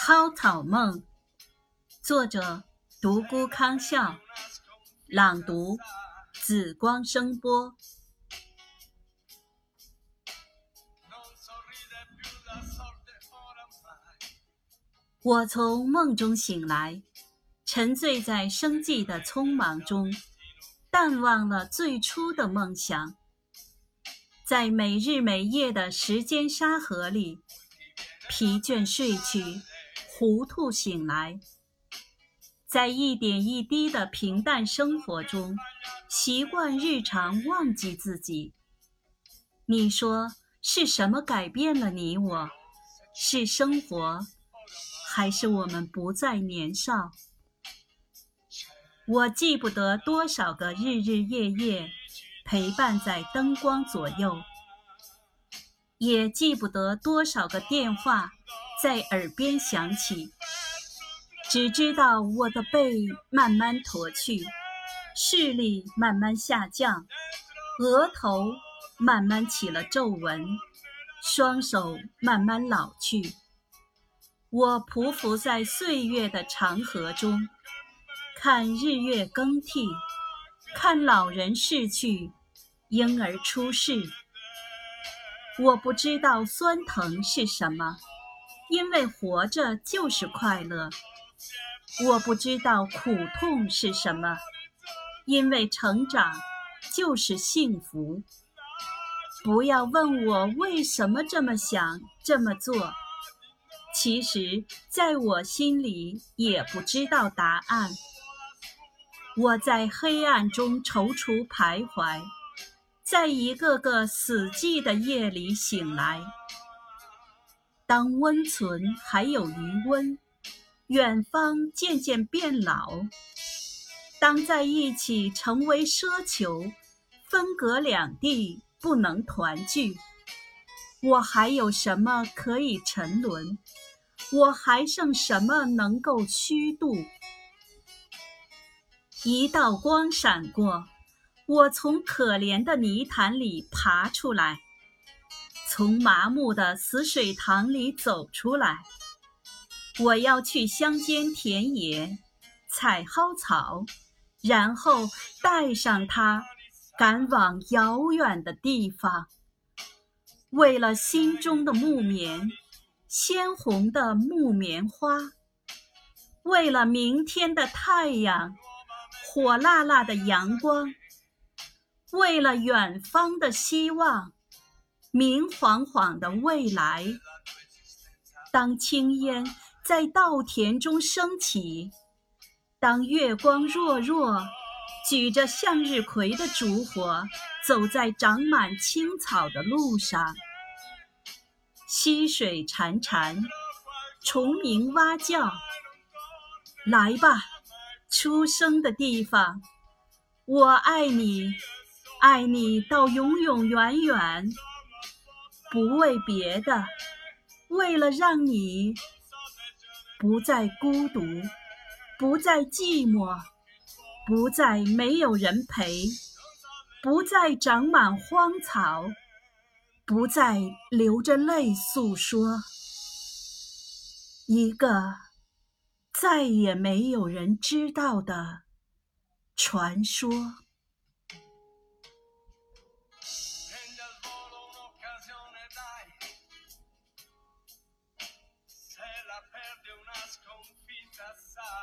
蒿草梦，作者独孤康笑，朗读紫光声波。我从梦中醒来，沉醉在生计的匆忙中，淡忘了最初的梦想。在每日每夜的时间沙河里，疲倦睡去，糊涂醒来。在一点一滴的平淡生活中，习惯日常忘记自己。你说是什么改变了你我？是生活，还是我们不再年少？我记不得多少个日日夜夜陪伴在灯光左右，也记不得多少个电话在耳边响起，只知道我的背慢慢驼去，视力慢慢下降，额头慢慢起了皱纹，双手慢慢老去。我匍匐在岁月的长河中，看日月更替，看老人逝去，婴儿出世。我不知道酸疼是什么，因为活着就是快乐。我不知道苦痛是什么，因为成长就是幸福。不要问我为什么这么想这么做，其实在我心里也不知道答案。我在黑暗中踌躇徘徊，在一个个死寂的夜里醒来。当温存还有余温，远方渐渐变老，当在一起成为奢求，分隔两地不能团聚，我还有什么可以沉沦？我还剩什么能够虚度？一道光闪过，我从可怜的泥潭里爬出来，从麻木的死水塘里走出来。我要去乡间田野采蒿草，然后带上它赶往遥远的地方。为了心中的木棉，鲜红的木棉花，为了明天的太阳，火辣辣的阳光，为了远方的希望，明晃晃的未来。当青烟在稻田中升起，当月光弱弱举着向日葵的烛火走在长满青草的路上，溪水潺潺，虫鸣蛙叫。来吧，出生的地方，我爱你，爱你到永永远远。不为别的，为了让你不再孤独，不再寂寞，不再没有人陪，不再长满荒草，不再流着泪诉说。一个再也没有人知道的传说。 Se la perde una sconfitta sa